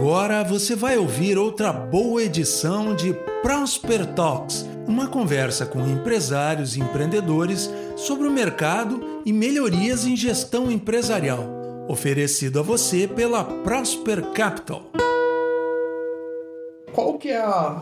Agora você vai ouvir outra boa edição de Prosper Talks, uma conversa com empresários e empreendedores sobre o mercado e melhorias em gestão empresarial, oferecido a você pela Prosper Capital. Qual que é a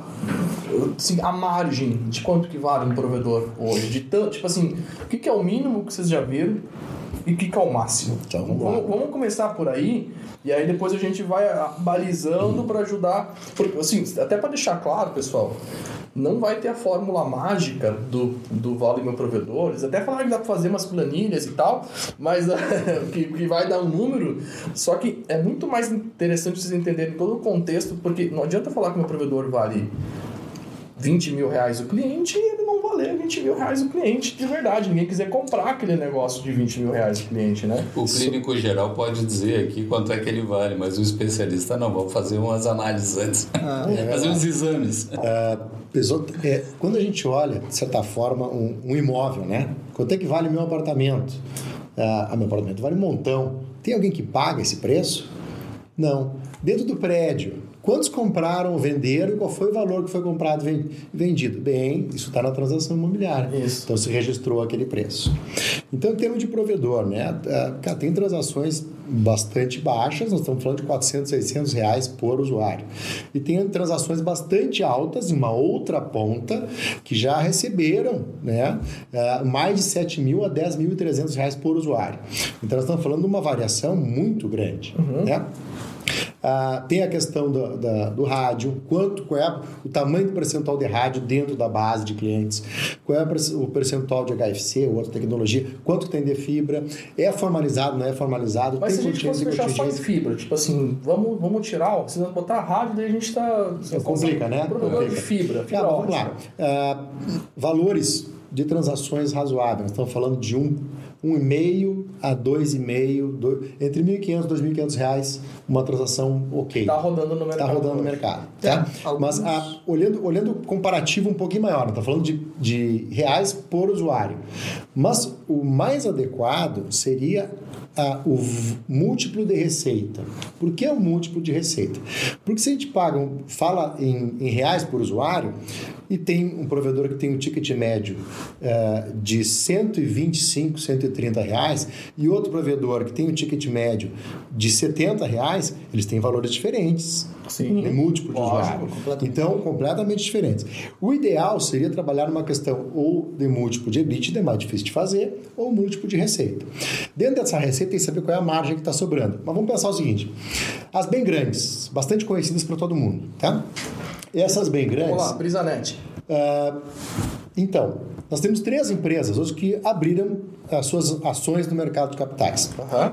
margem de quanto que vale um provedor hoje? Tipo assim, o que é o mínimo que vocês já viram e o que é o máximo? Então, vamos começar por aí, e aí depois a gente vai balizando para ajudar. Porque, assim, até para deixar claro, pessoal, não vai ter a fórmula mágica do Vale Meu Provedor. Eles até falaram que dá para fazer umas planilhas e tal, mas que vai dar um número. Só que é muito mais interessante vocês entenderem todo o contexto, porque não adianta falar que o meu provedor vale 20 mil reais o cliente e ele não valer 20 mil reais o cliente de verdade. Ninguém quiser comprar aquele negócio de 20 mil reais o cliente, né? O clínico geral pode dizer aqui quanto é que ele vale, mas o especialista não. Vamos fazer umas análises antes. Fazer uns exames. Quando a gente olha, de certa forma, um imóvel, né? Quanto é que vale meu apartamento? Meu apartamento vale um montão. Tem alguém que paga esse preço? Não. Dentro do prédio, quantos compraram, venderam e qual foi o valor que foi comprado e vendido? Bem, isso está na transação imobiliária. Isso. Então, se registrou aquele preço. Então, em termos de provedor, né? Tem transações bastante baixas, nós estamos falando de 400, 600 reais por usuário. E tem transações bastante altas, em uma outra ponta, que já receberam, né? Mais de 7 mil a 10.300 reais por usuário. Então, nós estamos falando de uma variação muito grande, né? Tem a questão do rádio, qual é o tamanho do percentual de rádio dentro da base de clientes, qual é o percentual de HFC ou outra tecnologia, quanto tem de fibra, é formalizado, não é formalizado. Mas se a gente fosse fechar só em fibra, tipo assim, vamos tirar, se não botar rádio, daí a gente está... Complica, né? Provedor de fibra vamos lá. Valores de transações razoáveis, estamos falando de 1,5 a 2,5, entre R$ 1.500 e R$ 2.500 reais, uma transação ok. Está rodando no mercado. Está rodando no mercado. Tá? Mas olhando o comparativo um pouquinho maior, está falando de reais por usuário. Mas o mais adequado seria o múltiplo de receita. Por que o múltiplo de receita? Porque se a gente fala em reais por usuário, e tem um provedor que tem um ticket médio de 125, 130 reais, e outro provedor que tem um ticket médio de 70 reais, eles têm valores diferentes. Sim. Em múltiplo de usuário. Então, completamente diferentes. O ideal seria trabalhar numa questão ou de múltiplo de EBITDA, mais difícil de fazer, ou múltiplo de receita. Dentro dessa receita, tem que saber qual é a margem que está sobrando. Mas vamos pensar o seguinte: as bem grandes, bastante conhecidas para todo mundo, tá? Essas bem grandes... Vamos lá, Brisanet. Então, nós temos 3 empresas hoje que abriram as suas ações no mercado de capitais.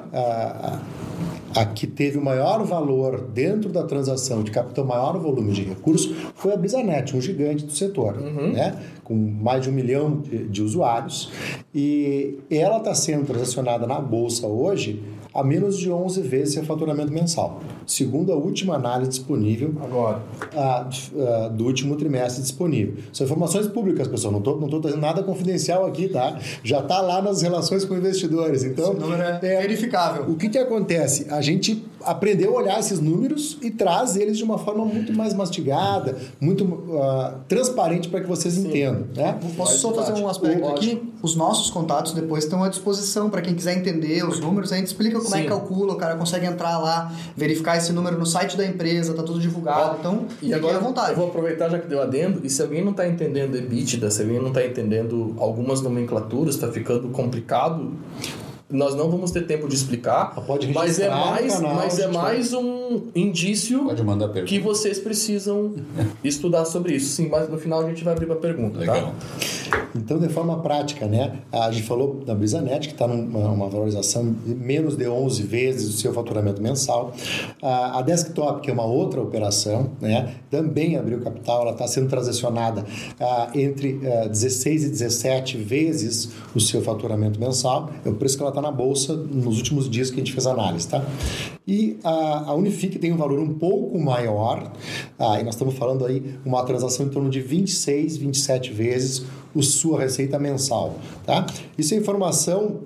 A que teve o maior valor dentro da transação de capital, maior volume de recursos, foi a Brisanet, um gigante do setor, né? Com mais de 1 milhão de usuários. E ela está sendo transacionada na Bolsa hoje a menos de 11 vezes seu faturamento mensal, segundo a última análise disponível agora do último trimestre disponível. São informações públicas, pessoal, não estou trazendo nada confidencial aqui, tá? Já está lá nas relações com investidores, então... Esse número é verificável. O que acontece? A gente aprendeu a olhar esses números e traz eles de uma forma muito mais mastigada, muito transparente para que vocês entendam, né? Posso só fazer um aspecto aqui? Os nossos contatos depois estão à disposição para quem quiser entender os números, a gente explica como é que calcula, o cara consegue entrar lá, verificar esse número no site da empresa, tá tudo divulgado, então e agora à vontade. Eu vou aproveitar já que deu adendo, e se alguém não está entendendo EBITDA, se alguém não está entendendo algumas nomenclaturas, está ficando complicado, nós não vamos ter tempo de explicar, mas é mais um indício que vocês precisam estudar sobre isso. Sim, mas no final a gente vai abrir para pergunta. Legal. Tá? Então, de forma prática, né? A gente falou da Brisanet, que está numa valorização de menos de 11 vezes o seu faturamento mensal. A Desktop, que é uma outra operação, né? Também abriu capital, ela está sendo transacionada entre 16 e 17 vezes o seu faturamento mensal. É o preço que ela está na Bolsa nos últimos dias que a gente fez análise, tá? E a Unifique tem um valor um pouco maior, e nós estamos falando aí uma transação em torno de 26, 27 vezes sua receita mensal, tá? Isso é informação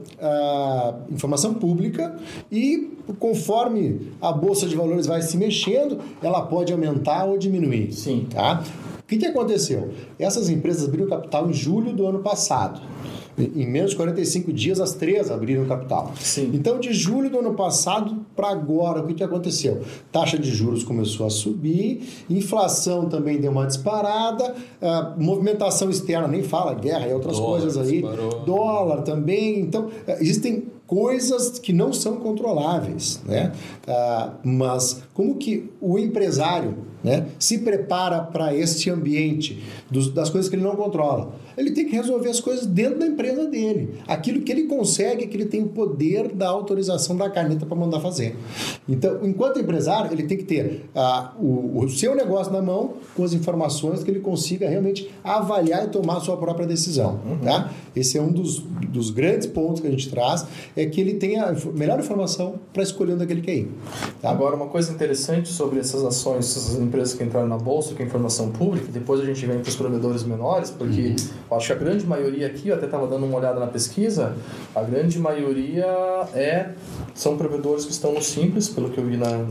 pública e conforme a Bolsa de Valores vai se mexendo, ela pode aumentar ou diminuir. Sim. Tá? O que aconteceu? Essas empresas abriram capital em julho do ano passado. Em menos de 45 dias, as 3 abriram capital. Sim. Então, de julho do ano passado para agora, o que aconteceu? Taxa de juros começou a subir, inflação também deu uma disparada, movimentação externa, nem fala, guerra e outras coisas aí. Disparou. Dólar também. Então, existem coisas que não são controláveis, né? Mas como que o empresário, né, se prepara para este ambiente das coisas que ele não controla? Ele tem que resolver as coisas dentro da empresa dele. Aquilo que ele consegue, que ele tem o poder da autorização da caneta para mandar fazer. Então, enquanto empresário, ele tem que ter o seu negócio na mão com as informações que ele consiga realmente avaliar e tomar a sua própria decisão. Tá? Esse é um dos grandes pontos que a gente traz, é que ele tenha a melhor informação para escolher onde é que ele quer ir. Tá? Agora, uma coisa interessante sobre essas ações, essas empresas que entraram na Bolsa, que é informação pública, depois a gente vem para os provedores menores, porque eu acho que a grande maioria aqui, eu até estava dando uma olhada na pesquisa, a grande maioria são provedores que estão no Simples, pelo que eu vi na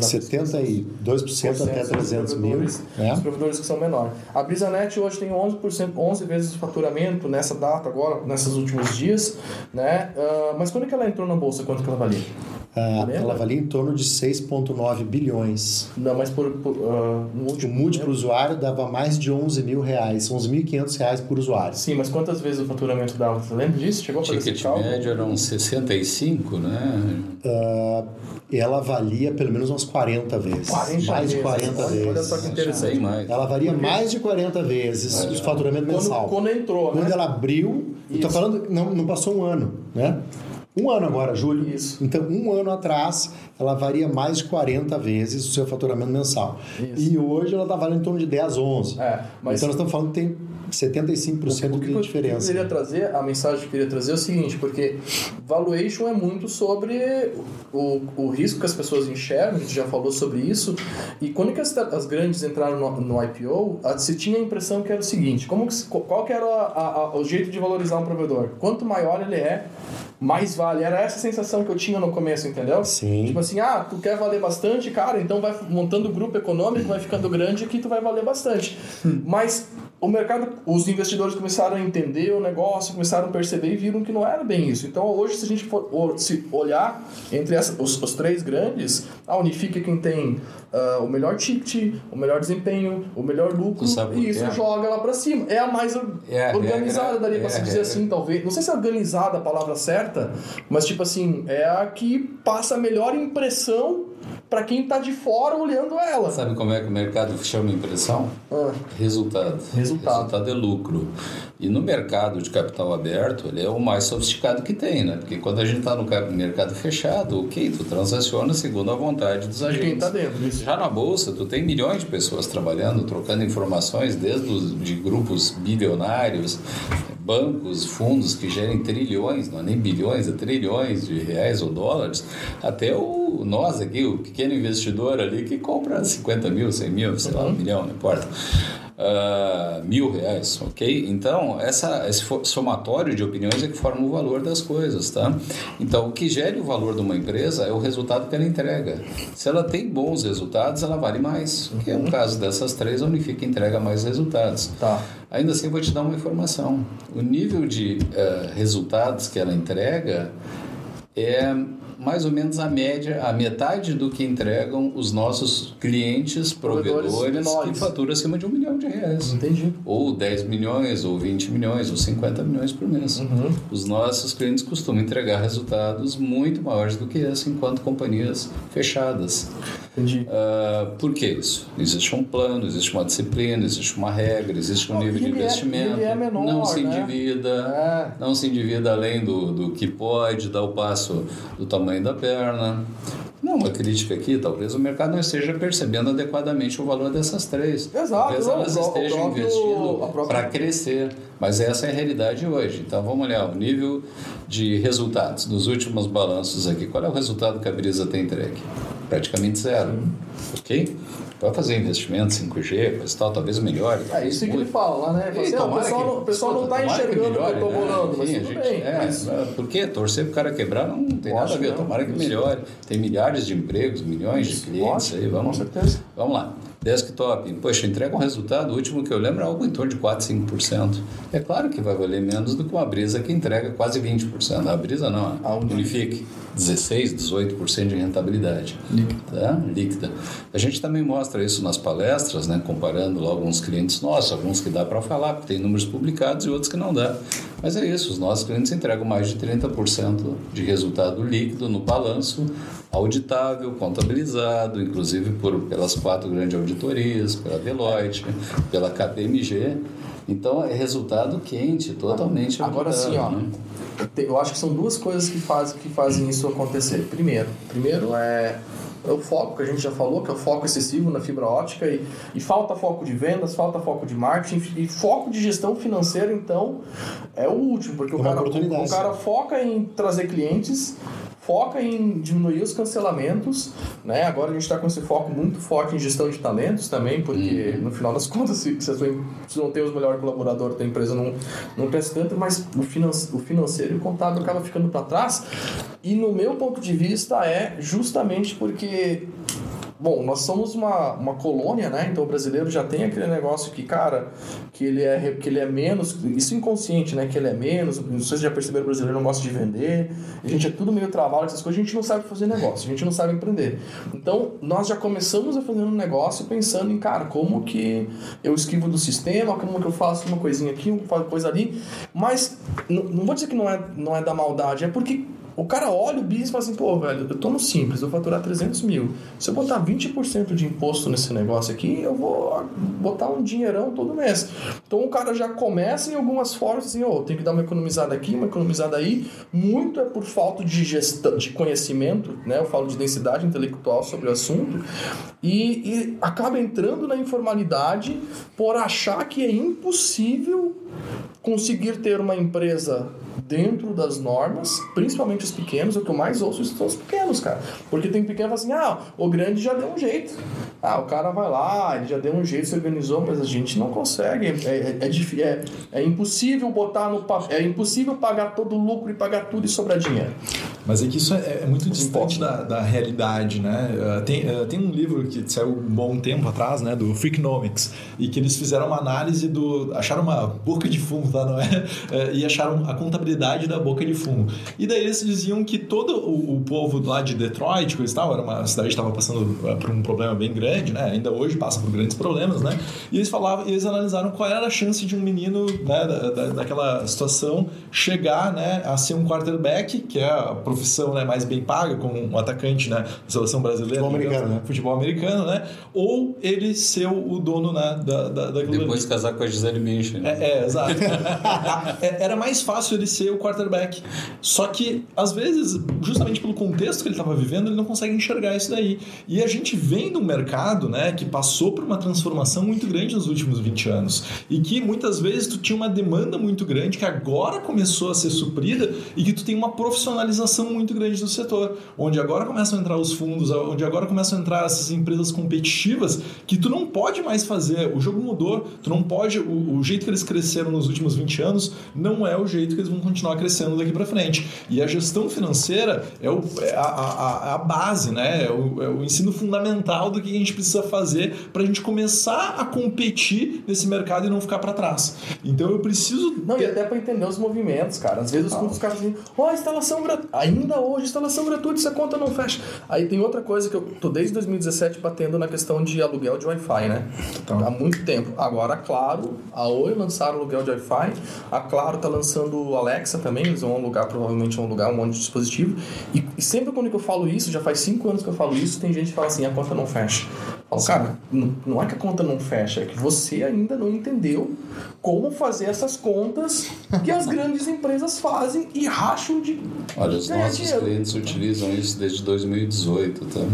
72% até 300 mil. Os provedores que são menores. A Brisanet hoje tem 11 vezes o faturamento nessa data agora, nesses últimos dias, né? Mas quando que ela entrou na Bolsa, quanto que ela valia? Ela valia em torno de 6,9 bilhões. Não, mas no último múltiplo usuário dava mais de 11 mil reais, 11.500 reais por usuário. Sim, mas quantas vezes o faturamento dava? Você lembra disso? Chegou a fazer esse cálculo? Ticket médio eram 65, né? Ela valia pelo menos umas 40 vezes. Mais de 40 vezes. Olha só que interessante. Mais. Ela valia mais de 40 vezes o faturamento mensal. Quando entrou, né? Quando ela abriu, eu tô falando, não passou um ano, né? Um ano agora, julho. Isso. Então, um ano atrás, ela varia mais de 40 vezes o seu faturamento mensal. Isso. E hoje ela está valendo em torno de 10, 11. Mas então, nós estamos falando que tem 75% de diferença. A mensagem que eu queria trazer é o seguinte, porque valuation é muito sobre o risco que as pessoas enxergam, a gente já falou sobre isso, e quando que as grandes entraram no IPO, se tinha a impressão que era o seguinte, qual que era o jeito de valorizar um provedor? Quanto maior ele é, mais vale. Era essa a sensação que eu tinha no começo, entendeu? Sim. Tipo assim, tu quer valer bastante, cara, então vai montando o grupo econômico, vai ficando grande que tu vai valer bastante. Mas o mercado, os investidores começaram a entender o negócio, começaram a perceber e viram que não era bem isso. Então hoje, se a gente for olhar entre os 3 grandes, a Unifique é quem tem o melhor ticket, o melhor desempenho, o melhor lucro, e isso joga lá pra cima. É a mais organizada, daria pra se dizer assim, talvez. Não sei se é organizada a palavra certa, mas tipo assim, é a que passa a melhor impressão para quem tá de fora olhando ela. Sabe como é que o mercado chama impressão? Resultado. Resultado é lucro. E no mercado de capital aberto, ele é o mais sofisticado que tem, né? Porque quando a gente está no mercado fechado, ok, tu transaciona segundo a vontade dos agentes. Quem tá dentro. Isso. Já na bolsa, tu tem milhões de pessoas trabalhando, trocando informações, desde de grupos bilionários, bancos, fundos que gerem trilhões, não é nem bilhões, é trilhões de reais ou dólares, até nós aqui, o pequeno investidor ali que compra 50 mil, 100 mil, sei lá, 1 milhão, não importa. R$1.000, ok? Então, esse somatório de opiniões é que forma o valor das coisas, tá? Então, o que gera o valor de uma empresa é o resultado que ela entrega. Se ela tem bons resultados, ela vale mais. Que é o caso dessas 3, a Unifique entrega mais resultados. Tá. Ainda assim, eu vou te dar uma informação. O nível de resultados que ela entrega é mais ou menos a metade do que entregam os nossos clientes, provedores que faturam acima de R$1 milhão. Entendi. Ou 10 milhões, ou 20 milhões, ou 50 milhões por mês. Os nossos clientes costumam entregar resultados muito maiores do que esse enquanto companhias fechadas. Entendi. Por que isso? Existe um plano, existe uma disciplina, existe uma regra, existe um nível de investimento. Ele é menor, não se endivida, não se endivida além do que pode, dá o passo do tamanho da perna. Não, uma crítica aqui, talvez o mercado não esteja percebendo adequadamente o valor dessas 3. Exato. Talvez elas estejam investindo para crescer, mas essa é a realidade hoje. Então vamos olhar o nível de resultados nos últimos balanços aqui. Qual é o resultado que a Brisa tem entregue? Praticamente zero, ok? vai fazer investimento 5G, coisa e tal, talvez melhore. É isso que ele fala lá, né? O pessoal não está enxergando o que eu estou bolando, mas tudo bem. Mas por quê? Torcer para o cara quebrar não tem nada a ver. Tomara que melhore. Tem milhares de empregos, milhões de clientes aí. Com certeza. Vamos lá. Desktop, poxa, entrega um resultado, o último que eu lembro é algo em torno de 4, 5%. É claro que vai valer menos do que uma Brisa que entrega quase 20%. A Brisa não, a Unifique, 16, 18% de rentabilidade. Líquida. A gente também mostra isso nas palestras, né? Comparando lá alguns clientes nossos, alguns que dá para falar, porque tem números publicados e outros que não dá. Mas é isso, os nossos clientes entregam mais de 30% de resultado líquido no balanço, auditável, contabilizado, inclusive pelas 4 grandes auditorias, pela Deloitte, pela KPMG. Então é resultado quente, totalmente agora sim, ó, né? Eu acho que são 2 coisas que fazem isso acontecer. Primeiro é o foco, que a gente já falou, que é o foco excessivo na fibra óptica e falta foco de vendas, falta foco de marketing e foco de gestão financeira, então é o último, porque o cara foca em trazer clientes, foca em diminuir os cancelamentos, né? Agora a gente está com esse foco muito forte em gestão de talentos também, porque no final das contas, se não tem os melhores colaboradores da empresa, não cresce tanto, mas o financeiro e o contábil acaba ficando para trás. E no meu ponto de vista é justamente porque... Bom, nós somos uma colônia, né? Então o brasileiro já tem aquele negócio que, cara, que ele é menos, isso inconsciente, né? Que ele é menos, não sei se vocês já perceberam, o brasileiro não gosta de vender, a gente é tudo meio travado, essas coisas, a gente não sabe fazer negócio, a gente não sabe empreender. Então nós já começamos a fazer um negócio pensando em, cara, como que eu esquivo do sistema, como que eu faço uma coisinha aqui, uma coisa ali, mas não vou dizer que não é da maldade, é porque o cara olha o business e fala assim, pô, velho, eu tô no simples, eu vou faturar 300 mil. Se eu botar 20% de imposto nesse negócio aqui, eu vou botar um dinheirão todo mês. Então o cara já começa em algumas formas assim, tem que dar uma economizada aqui, uma economizada aí. Muito é por falta de gestão, de conhecimento, né? Eu falo de densidade intelectual sobre o assunto. E acaba entrando na informalidade por achar que é impossível conseguir ter uma empresa dentro das normas, principalmente os pequenos. O que eu mais ouço são os pequenos, cara. Porque tem pequeno que fala assim, o grande já deu um jeito. O cara vai lá, ele já deu um jeito, se organizou, mas a gente não consegue. É impossível botar no papel, é impossível pagar todo o lucro e pagar tudo e sobrar dinheiro. Mas é que isso é muito distante da realidade, né? Tem um livro que saiu um bom tempo atrás, né, do Freakonomics, e que eles fizeram uma análise acharam uma boca de fumo, tá, não é? E acharam a contabilidade da boca de fumo. E daí eles diziam que todo o povo lá de Detroit, coisa e tal, era uma cidade que estava passando por um problema bem grande, né? Ainda hoje passa por grandes problemas, né? E eles analisaram qual era a chance de um menino, né, daquela situação chegar, né, a ser um quarterback, que é a profissão, né, mais bem paga, como um atacante, né, da seleção brasileira. Futebol americano, né? Ou ele ser o dono, né, daquilo. Depois casar com a Gisele Bündchen. Exato. Era mais fácil ele ser o quarterback. Só que, às vezes, justamente pelo contexto que ele estava vivendo, ele não consegue enxergar isso daí. E a gente vem de um mercado, né, que passou por uma transformação muito grande nos últimos 20 anos. E que, muitas vezes, tu tinha uma demanda muito grande que agora começou a ser suprida e que tu tem uma profissionalização muito grande do setor. Onde agora começam a entrar os fundos, onde agora começam a entrar essas empresas competitivas que tu não pode mais fazer. O jogo mudou. Tu não pode... O jeito que eles cresceram nos últimos 20 anos não é o jeito que eles vão continuar crescendo daqui para frente. E a gestão financeira é a base, né? É o ensino fundamental do que a gente precisa fazer para a gente começar a competir nesse mercado e não ficar para trás. Então eu preciso... E até para entender os movimentos, cara. Às vezes os caras dizem, instalação gratuita. Ainda hoje, instalação gratuita, essa conta não fecha. Aí tem outra coisa que eu tô desde 2017 batendo na questão de aluguel de Wi-Fi, né? Há muito tempo. Agora, Claro, a Oi lançaram aluguel de Wi-Fi, a Claro tá lançando o Alexa também, eles vão alugar, provavelmente vão alugar um monte de dispositivo. E sempre quando eu falo isso, já faz 5 anos que eu falo isso, tem gente que fala assim, a conta não fecha. Eu falo, cara, não é que a conta não fecha, é que você ainda não entendeu como fazer essas contas que as grandes empresas fazem e racham de... Olha, os nossos clientes utilizam isso desde 2018, tá?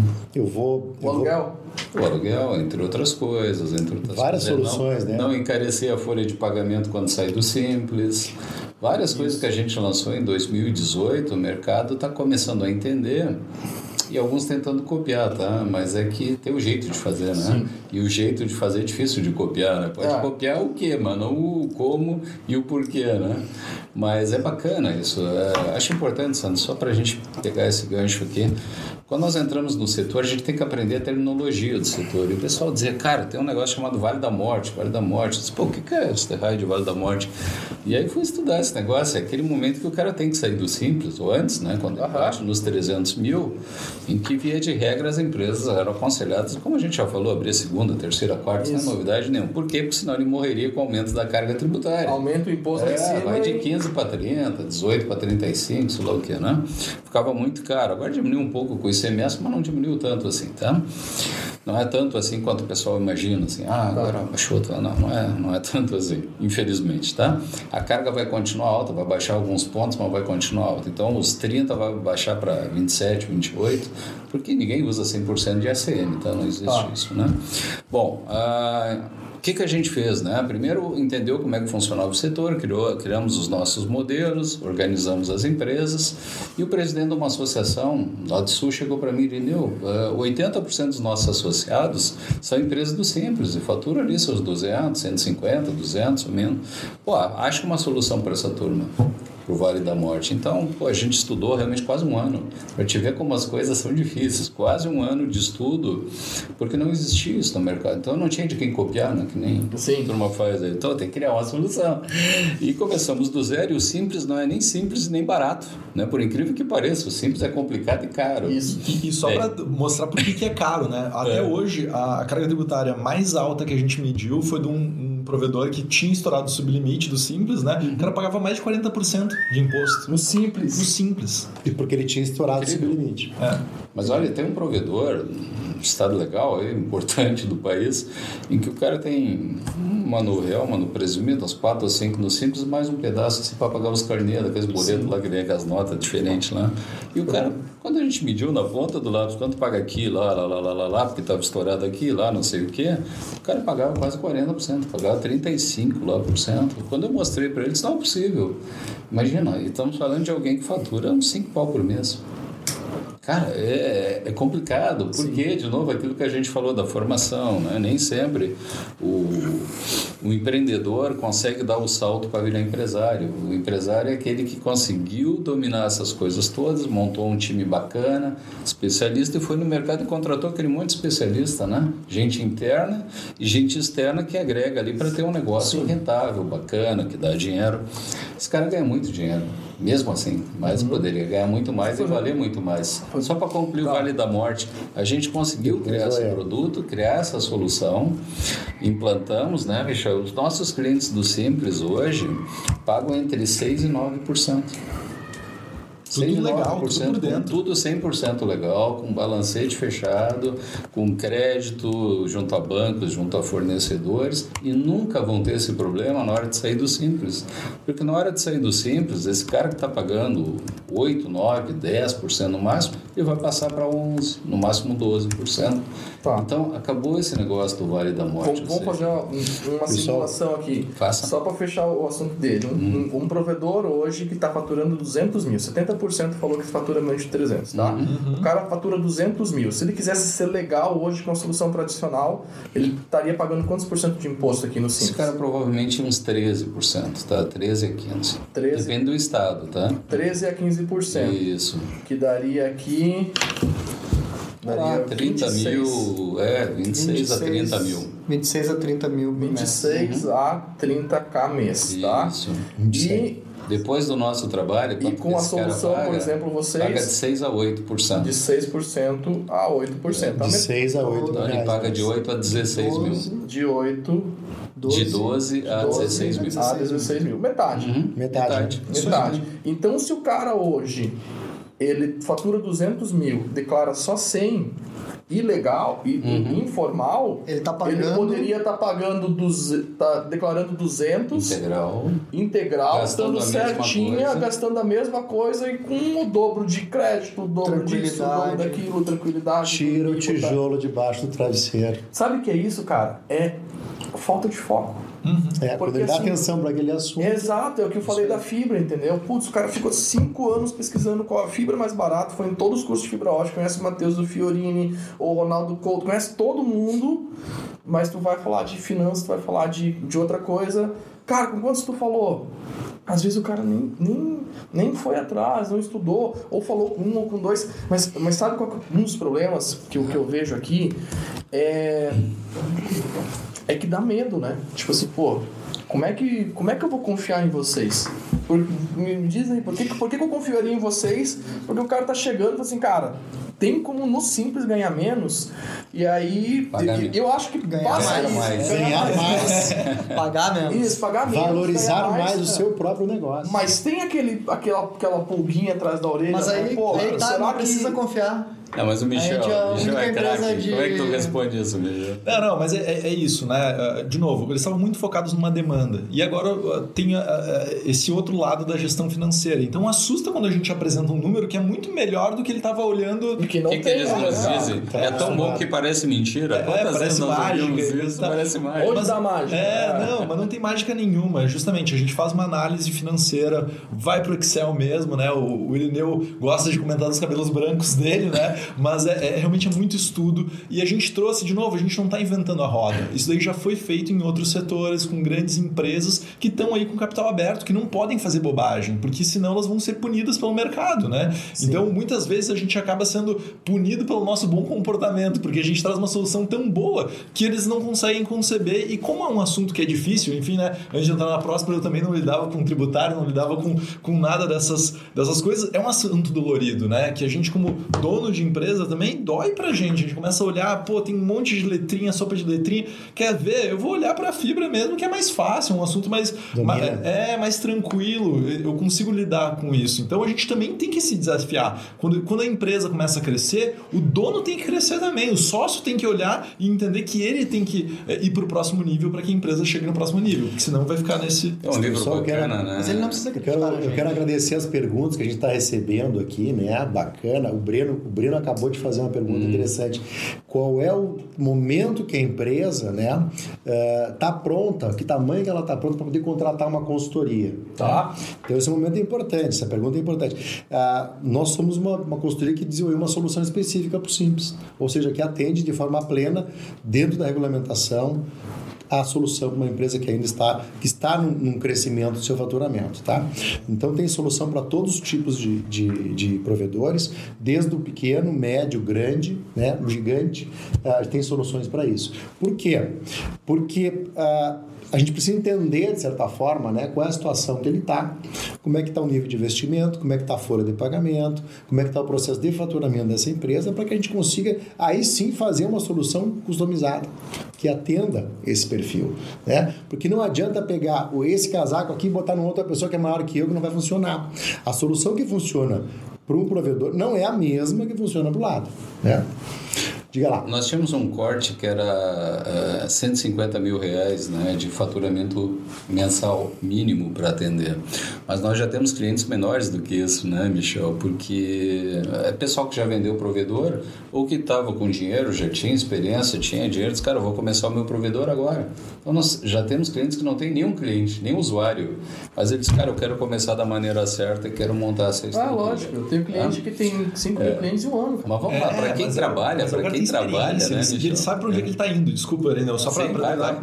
O aluguel? O aluguel, entre outras coisas. Várias soluções, né? Não encarecer a folha de pagamento quando sair do Simples. Várias coisas que a gente lançou em 2018, o mercado está começando a entender E alguns tentando copiar, tá? Mas é que tem o jeito de fazer, né? Sim. E o jeito de fazer é difícil de copiar, né? Pode copiar o quê, mas não o como e o porquê, né? Mas é bacana isso. Acho importante, Sandro, só para a gente pegar esse gancho aqui. Quando nós entramos no setor, a gente tem que aprender a terminologia do setor. E o pessoal dizia, cara, tem um negócio chamado Vale da Morte, Vale da Morte. Eu disse, pô, o que é esse raio de Vale da Morte? E aí fui estudar esse negócio. É aquele momento que o cara tem que sair do simples, ou antes, né? Quando ele bate nos 300 mil, em que, via de regra, as empresas eram aconselhadas, como a gente já falou, abrir a segunda, terceira, quarta, sem novidade nenhuma. Por quê? Porque senão ele morreria com o aumento da carga tributária. Aumenta o imposto em cima. Vai de 15 para 30, 18 para 35, sei lá o que, né? Ficava muito caro. Agora diminuiu um pouco com o ICMS, mas não diminuiu tanto assim, tá? Não é tanto assim quanto o pessoal imagina, assim, agora baixou, não é tanto assim, infelizmente, tá? A carga vai continuar alta, vai baixar alguns pontos, mas vai continuar alta. Então, os 30 vai baixar para 27, 28, porque ninguém usa 100% de ACM, tá? Não existe isso, né? Bom, o que a gente fez, né? Primeiro, entendeu como é que funcionava o setor, criamos os nossos modelos, organizamos as empresas, e o presidente de uma associação lá do Sul chegou para mim e disse, 80% dos nossos associados são empresas do Simples e faturam ali seus 200, 150, 200 ou menos. Pô, acho uma solução para essa turma. Pro Vale da Morte. Então, a gente estudou realmente quase um ano para te ver como as coisas são difíceis. Quase um ano de estudo, porque não existia isso no mercado. Então, não tinha de quem copiar, né? Que nem a turma faz aí. Então, tem que criar uma solução. E começamos do zero, e o Simples não é nem simples nem barato, né? Por incrível que pareça, o Simples é complicado e caro. Isso. E só para mostrar por que é caro, né? Até hoje, a carga tributária mais alta que a gente mediu foi de um provedor que tinha estourado o sublimite do Simples, né? O cara pagava mais de 40% de imposto. No Simples. No Simples. E porque ele tinha estourado o sublimite. Mas olha, tem um provedor, um estado legal, importante do país, em que o cara tem uma no real, uma no presumido, uns 4 ou 5 no Simples, mais um pedaço assim, para pagar os carneiros, aqueles boletos lá que vem com as notas diferentes lá. E o cara, quando a gente mediu na ponta do lápis, quanto paga aqui, lá, porque estava estourado aqui, lá, não sei o quê, o cara pagava quase 40%, pagava 35% lá por cento. Quando eu mostrei para ele, disse, não é possível. Imagina, estamos falando de alguém que fatura uns 5 pau por mês. Cara, é complicado, porque, de novo, aquilo que a gente falou da formação, né? Nem sempre o empreendedor consegue dar o salto para virar empresário. O empresário é aquele que conseguiu dominar essas coisas todas, montou um time bacana, especialista, e foi no mercado e contratou aquele monte de especialista, né? Gente interna e gente externa que agrega ali para ter um negócio rentável, bacana, que dá dinheiro. Esse cara ganha muito dinheiro, mesmo assim, mas poderia ganhar muito mais e valer muito mais. Só para concluir o Vale da Morte, a gente conseguiu criar esse produto, criar essa solução, implantamos, né, Michel? Os nossos clientes do Simples hoje pagam entre 6% e 9%. Tudo legal, tudo por dentro. Tudo 100% legal, com balancete fechado, com crédito junto a bancos, junto a fornecedores, e nunca vão ter esse problema na hora de sair do Simples. Porque na hora de sair do Simples, esse cara que está pagando 8%, 9%, 10% no máximo, ele vai passar para 11%, no máximo 12%. Então, acabou esse negócio do Vale da Morte. Vamos fazer uma simulação aqui. Faça. Só para fechar o assunto dele. Um provedor hoje que está faturando 200 mil, 70% falou que fatura menos de 300, tá? O cara fatura 200 mil. Se ele quisesse ser legal hoje com a solução tradicional, ele estaria pagando quantos por cento de imposto aqui no Simples? Esse cara provavelmente uns 13%, tá? 13 a 15%. 13? Depende do estado, tá? 13 a 15%. Isso. Que daria aqui... Daria 30 mil, 26 a 30 mil. 26 a 30 mil. 26 a 30k mês, tá? Isso. E depois do nosso trabalho... E com a solução, por exemplo, vocês... Paga de 6 a 8%. De 6% a 8%. De 6 a 8 Então ele paga de 8 a 16 mil. De 8... De 12 a 16 mil. A 16 mil. Metade. Metade. Então, se o cara hoje... ele fatura 200 mil, declara só 100, ilegal e informal, ele poderia estar pagando, declarando 200, integral, estando certinha, gastando a mesma coisa e com o dobro de crédito, o dobro disso, o dobro daquilo, tranquilidade. Tira o tijolo debaixo do travesseiro. Sabe o que é isso, cara? É falta de foco. Quando ele dá atenção para aquele assunto. Exato, é o que eu falei da fibra, entendeu? Putz, o cara ficou 5 anos pesquisando qual a fibra mais barata, foi em todos os cursos de fibra ótica, conhece o Matheus do Fiorini, o Ronaldo Couto, conhece todo mundo, mas tu vai falar de finanças, tu vai falar de outra coisa. Cara, com quantos tu falou? Às vezes o cara nem foi atrás, não estudou, ou falou com um ou com dois. Mas sabe qual é um dos problemas que eu vejo aqui? É que dá medo, né? Tipo assim, pô, como é que eu vou confiar em vocês? Me diz aí, por que eu confiaria em vocês? Porque o cara tá chegando e fala assim, cara, tem como no simples ganhar menos? E aí, eu acho que ganhar mais. Pagar menos. Isso, pagar menos. Valorizar mais o seu próprio negócio. Mas tem aquela pulguinha atrás da orelha. Mas aí, né? Pô, não precisa confiar. Não, mas o Michel é craque. Como é que tu responde isso, Michel? Não, mas é isso, né? De novo, eles estavam muito focados numa demanda. E agora tem esse outro lado da gestão financeira. Então assusta quando a gente apresenta um número que é muito melhor do que ele estava olhando. Que não tem. Que eles nos dizem? É tão bom que parece mentira. Parece mágica. Parece mágica. Onde dá mágica? Não, mas não tem mágica nenhuma. Justamente, a gente faz uma análise financeira, vai pro Excel mesmo, né? O Irineu gosta de comentar dos cabelos brancos dele, né? Mas realmente é muito estudo e a gente trouxe, de novo, a gente não está inventando a roda. Isso daí já foi feito em outros setores, com grandes empresas que estão aí com capital aberto, que não podem fazer bobagem, porque senão elas vão ser punidas pelo mercado, né? Sim. Então, muitas vezes a gente acaba sendo punido pelo nosso bom comportamento, porque a gente traz uma solução tão boa que eles não conseguem conceber, e como é um assunto que é difícil, enfim, né? Antes de entrar na Próspera, eu também não lidava com tributário, não lidava com nada dessas coisas. É um assunto dolorido, né? Que a gente, como dono de empresa, também dói pra gente. A gente começa a olhar, pô, tem um monte de letrinha, sopa de letrinha. Quer ver? Eu vou olhar pra fibra mesmo, que é mais fácil, um assunto mais tranquilo. Eu consigo lidar com isso. Então a gente também tem que se desafiar. Quando a empresa começa a crescer, o dono tem que crescer também. O sócio tem que olhar e entender que ele tem que ir pro próximo nível para que a empresa chegue no próximo nível. Porque senão vai ficar nesse... É um livro bacana, né? Mas ele não precisa acreditar. Eu quero agradecer as perguntas que a gente está recebendo aqui, né? Bacana. O Breno acabou de fazer uma pergunta interessante. Qual é o momento que a empresa, né, tá pronta, que tamanho que ela está pronta para poder contratar uma consultoria? Tá? Então esse momento é importante, essa pergunta é importante. Nós somos uma consultoria que desenvolveu uma solução específica para o Simples, ou seja, que atende de forma plena, dentro da regulamentação, a solução para uma empresa que ainda está num crescimento do seu faturamento, tá? Então tem solução para todos os tipos de provedores, desde o pequeno, médio, grande, né? O gigante, tem soluções para isso. Por quê? Porque a gente precisa entender, de certa forma, né, qual é a situação que ele está, como é que está o nível de investimento, como é que está a folha de pagamento, como é que está o processo de faturamento dessa empresa, para que a gente consiga, aí sim, fazer uma solução customizada, que atenda esse perfil, né? Porque não adianta pegar esse casaco aqui e botar numa outra pessoa que é maior que eu, que não vai funcionar. A solução que funciona para um provedor não é a mesma que funciona para o lado, né? Diga lá. Nós tínhamos um corte que era 150 mil reais, né, de faturamento mensal mínimo para atender. Mas nós já temos clientes menores do que isso, né, Michel? Porque é pessoal que já vendeu provedor ou que estava com dinheiro, já tinha experiência, tinha dinheiro, disse, cara, eu vou começar o meu provedor agora. Então nós já temos clientes que não tem nenhum cliente, nem usuário. Mas eles, cara, eu quero começar da maneira certa e quero montar essa estrutura. Lógico, eu tenho cliente que tem 5 mil clientes em um ano. Mas vamos lá, para quem trabalha, né, ele sabe para onde é que ele está indo. Desculpa, Irineu, só para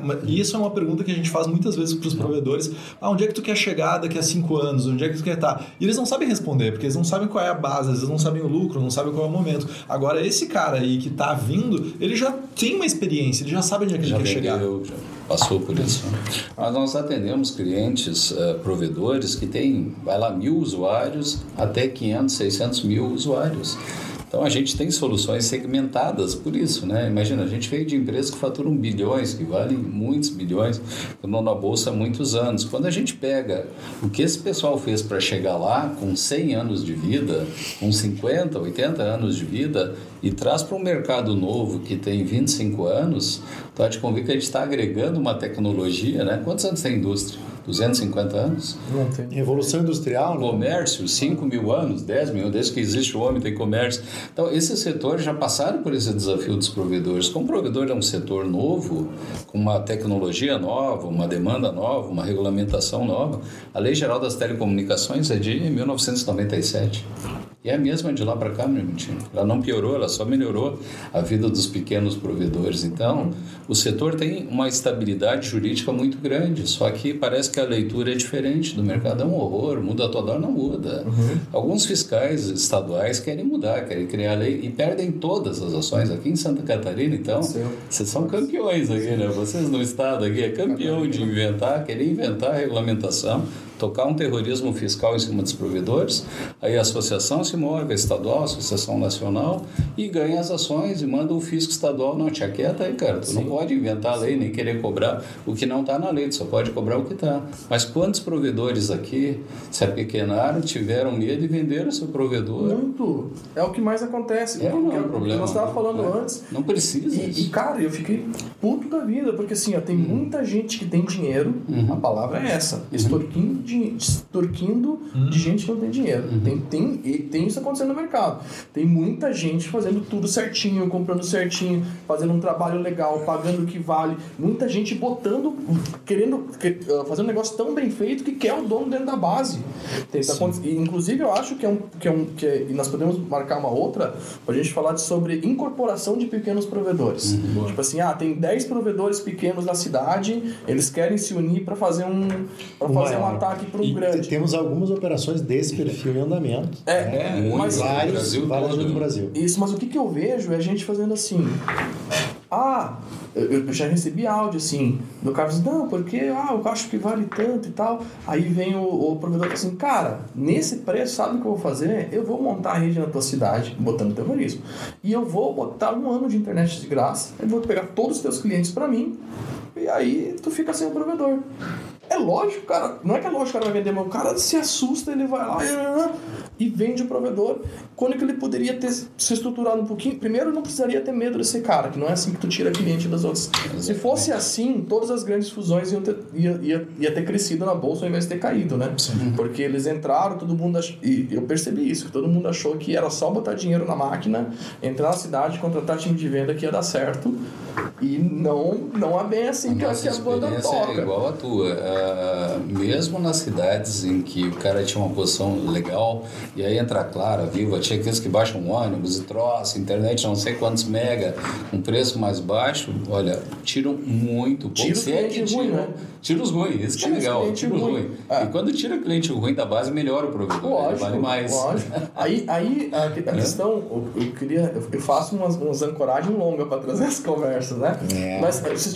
e isso é uma pergunta que a gente faz muitas vezes para os provedores. Onde é que tu quer chegar daqui a 5 anos? Onde é que tu quer estar? E eles não sabem responder, porque eles não sabem qual é a base, eles não sabem o lucro, não sabem qual é o momento. Agora, esse cara aí que está vindo, ele já tem uma experiência, ele já sabe onde é que ele quer chegar. Já passou por isso. Mas nós atendemos clientes, provedores que têm, 1.000 usuários até 500, 600 mil usuários. Então, a gente tem soluções segmentadas por isso, né? Imagina, a gente veio de empresas que faturam bilhões, que valem muitos bilhões, que estão na Bolsa há muitos anos. Quando a gente pega o que esse pessoal fez para chegar lá, com 100 anos de vida, com 50, 80 anos de vida, e traz para um mercado novo que tem 25 anos, então a gente convém que a gente está agregando uma tecnologia, né? Quantos anos tem a indústria? 250 anos. Revolução Industrial, né? Comércio, 5 mil anos, 10 mil, desde que existe o homem tem comércio. Então, esses setores já passaram por esse desafio dos provedores. Como o provedor é um setor novo, com uma tecnologia nova, uma demanda nova, uma regulamentação nova, a Lei Geral das Telecomunicações é de 1997. E é a mesma de lá para cá, meu amigo. Ela não piorou, ela só melhorou a vida dos pequenos provedores. Então, o setor tem uma estabilidade jurídica muito grande, só que parece que a leitura é diferente do mercado. É um horror, muda toda hora, não muda. Alguns fiscais estaduais querem mudar, querem criar lei e perdem todas as ações. Aqui em Santa Catarina, então, vocês são campeões aqui, né? Vocês no estado aqui é campeão de querer inventar a regulamentação, tocar um terrorismo fiscal em cima dos provedores, aí a associação se move, a estadual, a associação nacional, e ganha as ações e manda o fisco estadual, não, te aquieta aí, cara, tu não pode inventar a lei, nem querer cobrar o que não está na lei, tu só pode cobrar o que está. Mas quantos provedores aqui se apequenaram, tiveram medo e venderam seu provedor? Muito. É o que mais acontece. É um problema. Nós estávamos falando antes. Não precisa. E, cara, eu fiquei puto da vida, porque assim, ó, tem muita gente que tem dinheiro, a palavra é essa, extorquindo de gente que não tem dinheiro. Tem isso acontecendo no mercado. Tem muita gente fazendo tudo certinho, comprando certinho, fazendo um trabalho legal, pagando o que vale. Muita gente botando, fazer um negócio tão bem feito que quer o dono dentro da base. Inclusive, eu acho e nós podemos marcar uma outra pra gente falar sobre incorporação de pequenos provedores. Tipo assim, tem 10 provedores pequenos na cidade, eles querem se unir para fazer um ataque para um grande. Temos algumas operações desse perfil em andamento. Mas várias no Brasil. Isso, mas o que eu vejo é a gente fazendo assim. Eu já recebi áudio assim, do cara dizendo, não, porque eu acho que vale tanto e tal. Aí vem o provedor e fala assim, cara, nesse preço, sabe o que eu vou fazer? Eu vou montar a rede na tua cidade, botando terrorismo, e eu vou botar 1 ano de internet de graça, eu vou pegar todos os teus clientes pra mim, e aí tu fica sem o provedor. É lógico, cara, não é que é lógico que o cara vai vender, mas o cara se assusta, ele vai lá e vende o provedor, quando que ele poderia ter se estruturado um pouquinho. Primeiro, não precisaria ter medo desse cara, que não é assim que tu tira cliente das outras. Se fosse assim, todas as grandes fusões ia ter crescido na bolsa ao invés de ter caído, né? Sim. Porque eles entraram, todo mundo e eu percebi isso, que todo mundo achou que era só botar dinheiro na máquina, entrar na cidade, contratar time de venda que ia dar certo, e não é bem assim que a banda toca. É igual a tua. Mesmo nas cidades em que o cara tinha uma posição legal, e aí entra Clara, Viva, tinha aqueles que baixam um ônibus e troço, internet não sei quantos mega, um preço mais baixo, olha, tiram muito pouco. Tira os ruins, isso que é legal, tira os ruins. E quando tira cliente ruim da base, melhora o provedor, ele vale mais. Lógico. Aí a questão, eu faço umas ancoragens longas para trazer as conversas, né? Mas você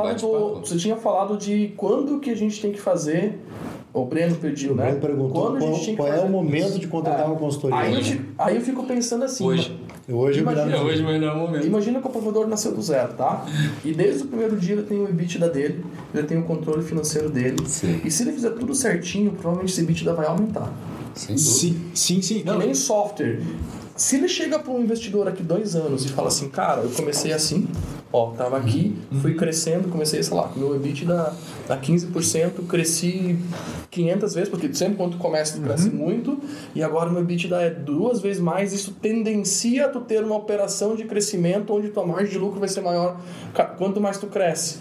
tinha falado de quando que a gente tem que fazer. O Breno pediu, né? O Breno perguntou qual é o momento de contratar uma consultoria. Aí eu fico pensando assim. Hoje é o melhor momento. Imagina que o provedor nasceu do zero, tá? E desde o primeiro dia ele tem o EBITDA dele, ele tem o controle financeiro dele. Sim. E se ele fizer tudo certinho, provavelmente esse EBITDA vai aumentar. Sim. Que nem software. Se ele chega para um investidor aqui 2 anos e fala assim, cara, eu comecei assim, tava aqui, fui crescendo, comecei, sei lá, meu EBITDA dá 15%, cresci 500 vezes, porque sempre quando tu começa, tu cresce muito, e agora meu EBITDA é 2 vezes mais, isso tendencia a tu ter uma operação de crescimento onde tua margem de lucro vai ser maior quanto mais tu cresce.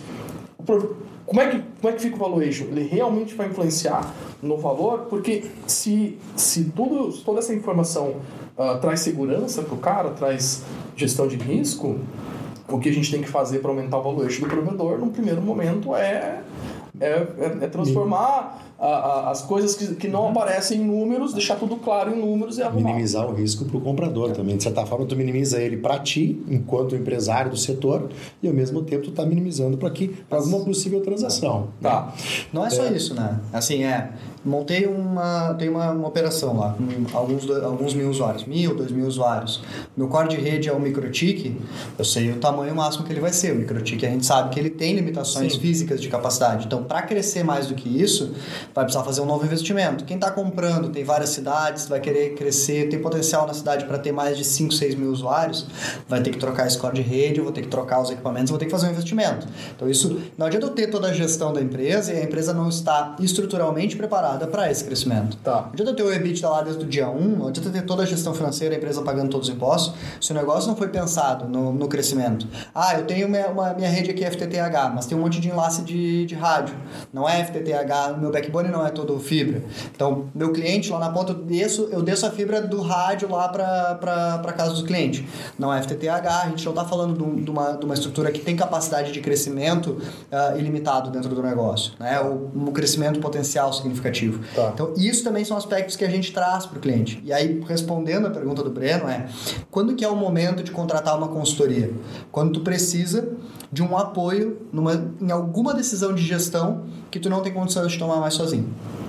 Como é que fica o valuation? Ele realmente vai influenciar no valor? Porque se toda essa informação traz segurança para o cara, traz gestão de risco, o que a gente tem que fazer para aumentar o valuation do provedor, no primeiro momento, é transformar as coisas que não aparecem em números, deixar tudo claro em números e arrumar. Minimizar o risco para o comprador também. De certa forma, tu minimiza ele para ti, enquanto empresário do setor, e ao mesmo tempo tu está minimizando para alguma possível transação. Tá. Não é só isso, né? Assim, montei uma operação lá, com alguns mil usuários, 1.000, 2.000 usuários. Meu core de rede é o MikroTik, eu sei o tamanho máximo que ele vai ser. O MikroTik a gente sabe que ele tem limitações físicas de capacidade. Então, para crescer mais do que isso, vai precisar fazer um novo investimento. Quem está comprando tem várias cidades, vai querer crescer, tem potencial na cidade para ter mais de 5, 6 mil usuários, vai ter que trocar a score de rede, vou ter que trocar os equipamentos, vou ter que fazer um investimento. Então isso, não adianta eu ter toda a gestão da empresa e a empresa não está estruturalmente preparada para esse crescimento. Tá. Não adianta eu ter o EBITDA lá desde o dia 1, não adianta ter toda a gestão financeira, a empresa pagando todos os impostos, se o negócio não foi pensado no crescimento. Eu tenho minha rede aqui FTTH, mas tem um monte de enlace de rádio. Não é FTTH, meu backbone não é todo fibra. Então, meu cliente lá na ponta, eu desço a fibra do rádio lá para casa do cliente. Não é FTTH, a gente não está falando de uma estrutura que tem capacidade de crescimento ilimitado dentro do negócio, né? Um crescimento potencial significativo. Tá. Então, isso também são aspectos que a gente traz para o cliente. E aí, respondendo a pergunta do Breno, quando que é o momento de contratar uma consultoria? Quando tu precisa de um apoio em alguma decisão de gestão que tu não tem condições de tomar mais sozinho.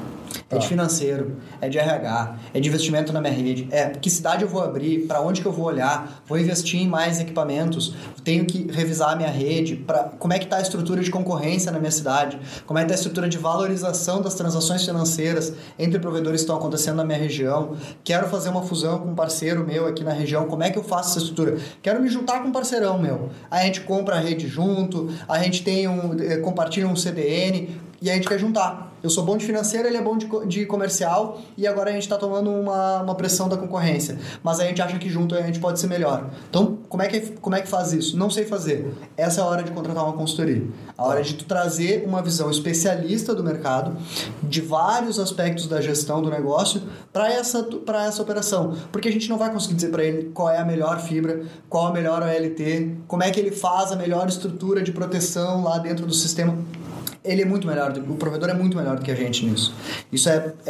É de financeiro, é de RH, é de investimento na minha rede, que cidade eu vou abrir, para onde que eu vou olhar, vou investir em mais equipamentos, tenho que revisar a minha rede, como é que está a estrutura de concorrência na minha cidade, como é que está a estrutura de valorização das transações financeiras entre provedores que estão acontecendo na minha região, quero fazer uma fusão com um parceiro meu aqui na região, como é que eu faço essa estrutura? Quero me juntar com um parceirão meu, aí a gente compra a rede junto, a gente compartilha um CDN, e a gente quer juntar. Eu sou bom de financeiro, ele é bom de comercial e agora a gente está tomando uma pressão da concorrência. Mas a gente acha que junto a gente pode ser melhor. Então, como é que faz isso? Não sei fazer. Essa é a hora de contratar uma consultoria. A hora de tu trazer uma visão especialista do mercado, de vários aspectos da gestão do negócio para essa operação. Porque a gente não vai conseguir dizer para ele qual é a melhor fibra, qual a melhor OLT, como é que ele faz a melhor estrutura de proteção lá dentro do sistema. Ele é muito melhor, o provedor é muito melhor do que a gente nisso. Isso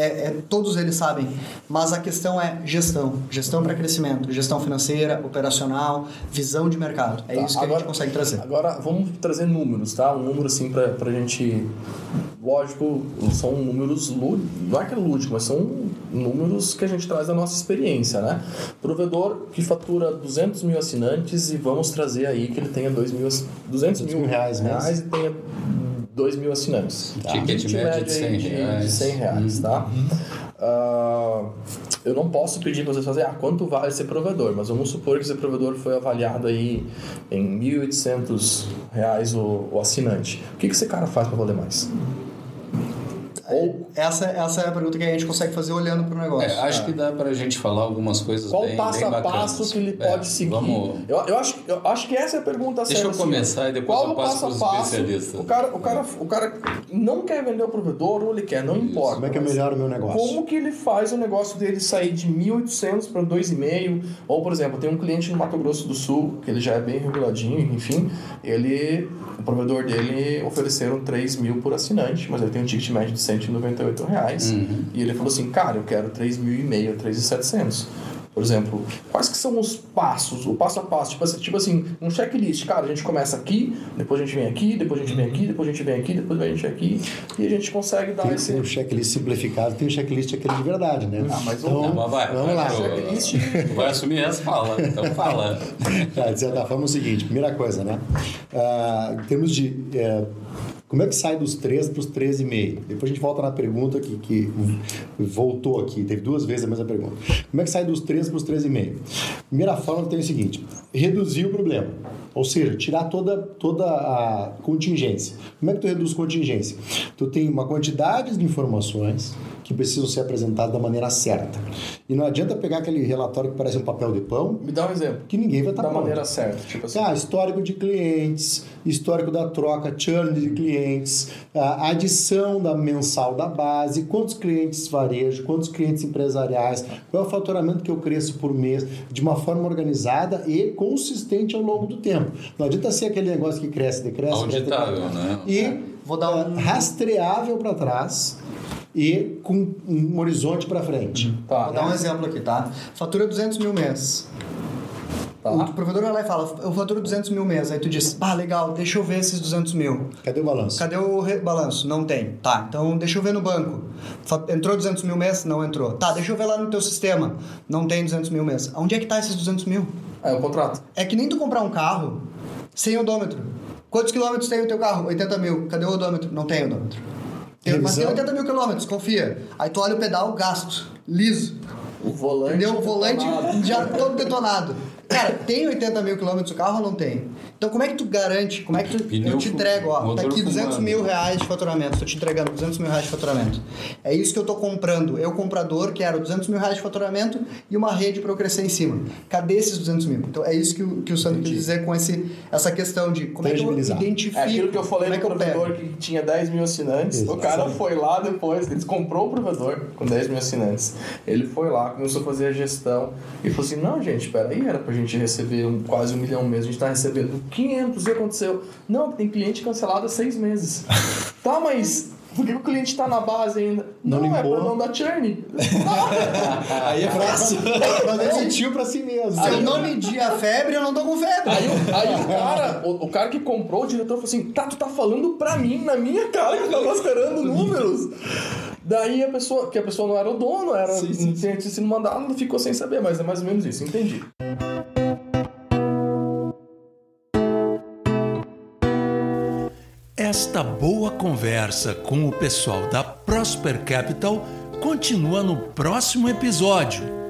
todos eles sabem, mas a questão é gestão para crescimento, gestão financeira, operacional, visão de mercado. É isso que a gente consegue trazer. Agora, vamos trazer números, tá? Um número assim pra gente... Lógico, são números, não é que é lúdico, mas são números que a gente traz da nossa experiência, né? Provedor que fatura 200 mil assinantes e vamos trazer aí que ele tenha 200 mil reais e tenha 2 mil assinantes. Tá. Ticket médio de 100 reais. De 100 reais, tá? Eu não posso pedir para vocês fazerem quanto vale ser provedor, mas vamos supor que esse provedor foi avaliado aí em R$ 1.800 o assinante. O que esse cara faz para valer mais? Essa é a pergunta que a gente consegue fazer olhando para o negócio. Acho que dá para a gente falar algumas coisas Qual bem passo a passo que ele pode seguir? Eu acho que essa é a pergunta certa. Deixa eu começar e depois eu passo para os especialistas. O cara não quer vender o provedor ou ele quer, não importa. Como é que é melhor o meu negócio? Como que ele faz o negócio dele sair de 1.800 para 2,5? Ou, por exemplo, tem um cliente no Mato Grosso do Sul, que ele já é bem reguladinho, enfim, o provedor dele ofereceram 3 mil por assinante, mas ele tem um ticket médio de R$198. E ele falou assim, cara, eu quero 3.500, 3.700. Por exemplo, quais que são os passos, o passo a passo? Tipo assim, um checklist. Cara, a gente começa aqui, depois a gente vem aqui, depois a gente vem aqui, depois a gente vem aqui, depois a gente vem aqui. E a gente consegue dar esse... Tem um checklist simplificado, tem um checklist aquele de verdade, né? Mas vamos lá. Checklist... Vai assumir essa fala, então fala. De certa forma é o seguinte, primeira coisa, né? Em termos de... como é que sai dos 3 para os 13,5? Depois a gente volta na pergunta que voltou aqui, teve 2 vezes a mesma pergunta. Como é que sai dos 3 para os 13,5? Primeira forma tem o seguinte, reduzir o problema, ou seja, tirar toda a contingência. Como é que tu reduz contingência? Tu tem uma quantidade de informações que precisam ser apresentadas da maneira certa. E não adianta pegar aquele relatório que parece um papel de pão... Me dá um exemplo. Que ninguém vai estar da maneira certa. Tipo assim. Histórico de clientes, histórico da troca, churn de clientes, a adição da mensal da base, quantos clientes varejo, quantos clientes empresariais, qual é o faturamento que eu cresço por mês, de uma forma organizada e consistente ao longo do tempo. Não adianta ser aquele negócio que cresce, decresce... Auditável, né? E vou dar rastreável para trás... e com um horizonte para frente. Vou dar um exemplo aqui, tá? Fatura 200 mil mês. O provedor vai lá e fala, eu faturo 200 mil mês. Aí tu diz, legal, deixa eu ver esses 200 mil. Cadê o balanço? Cadê o balanço? Não tem. Tá, então deixa eu ver no banco. Entrou 200 mil mês? Não entrou. Tá, deixa eu ver lá no teu sistema. Não tem 200 mil mês. Onde é que tá esses 200 mil? É o contrato. É que nem tu comprar um carro sem odômetro. Quantos quilômetros tem o teu carro? 80 mil. Cadê o odômetro? Não tem odômetro. Mas tem 80 mil quilômetros, confia. Aí tu olha o pedal, gasto, liso. O volante. Entendeu? O volante já todo detonado. Cara, tem 80 mil quilômetros o carro ou não tem? Então como é que tu garante? Como é que eu te entrego? Ó, tá aqui 200 mil reais de faturamento. Tô te entregando 200 mil reais de faturamento. É isso que eu tô comprando. Eu, comprador, quero 200 mil reais de faturamento e uma rede para eu crescer em cima. Cadê esses 200 mil? Então é isso que o Sandro quis dizer com essa questão de como é que eu identifico. É aquilo que eu falei do provedor que tinha 10 mil assinantes. Exato. O cara foi lá depois, ele comprou o provedor com 10 mil assinantes. Ele foi lá, começou a fazer a gestão e falou assim, não, gente, peraí, era pra gente receber quase 1 milhão mês, a gente tá recebendo 500, o que aconteceu? Não, tem cliente cancelado há 6 meses. Tá, mas por que o cliente tá na base ainda? Não é pra não dar churn. Aí é fácil. Mas mentiu pra si mesmo. Se eu não medir a febre, eu não tô com febre. Aí o cara que comprou, o diretor falou assim, tu tá falando pra mim, na minha cara, que eu tava esperando números. Daí a pessoa não era o dono, tinha sido mandado, ficou sem saber, mas é mais ou menos isso, entendi. Esta boa conversa com o pessoal da Prosper Capital continua no próximo episódio.